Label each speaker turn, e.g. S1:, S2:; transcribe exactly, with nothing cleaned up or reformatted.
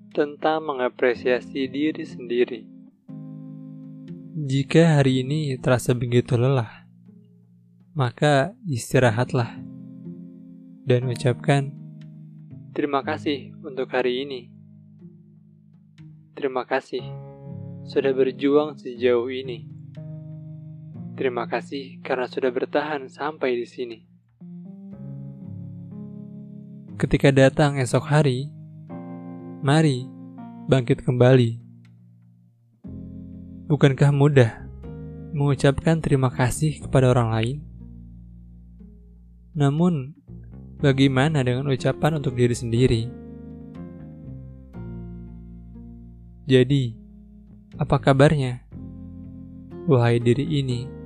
S1: tentang mengapresiasi diri sendiri. Jika hari ini terasa begitu lelah, maka istirahatlah dan ucapkan, terima kasih untuk hari ini. Terima kasih sudah berjuang sejauh ini. Terima kasih karena sudah bertahan sampai di sini. Ketika datang esok hari, mari bangkit kembali. Bukankah mudah mengucapkan terima kasih kepada orang lain? Namun, bagaimana dengan ucapan untuk diri sendiri? Jadi, apa kabarnya? Wahai diri ini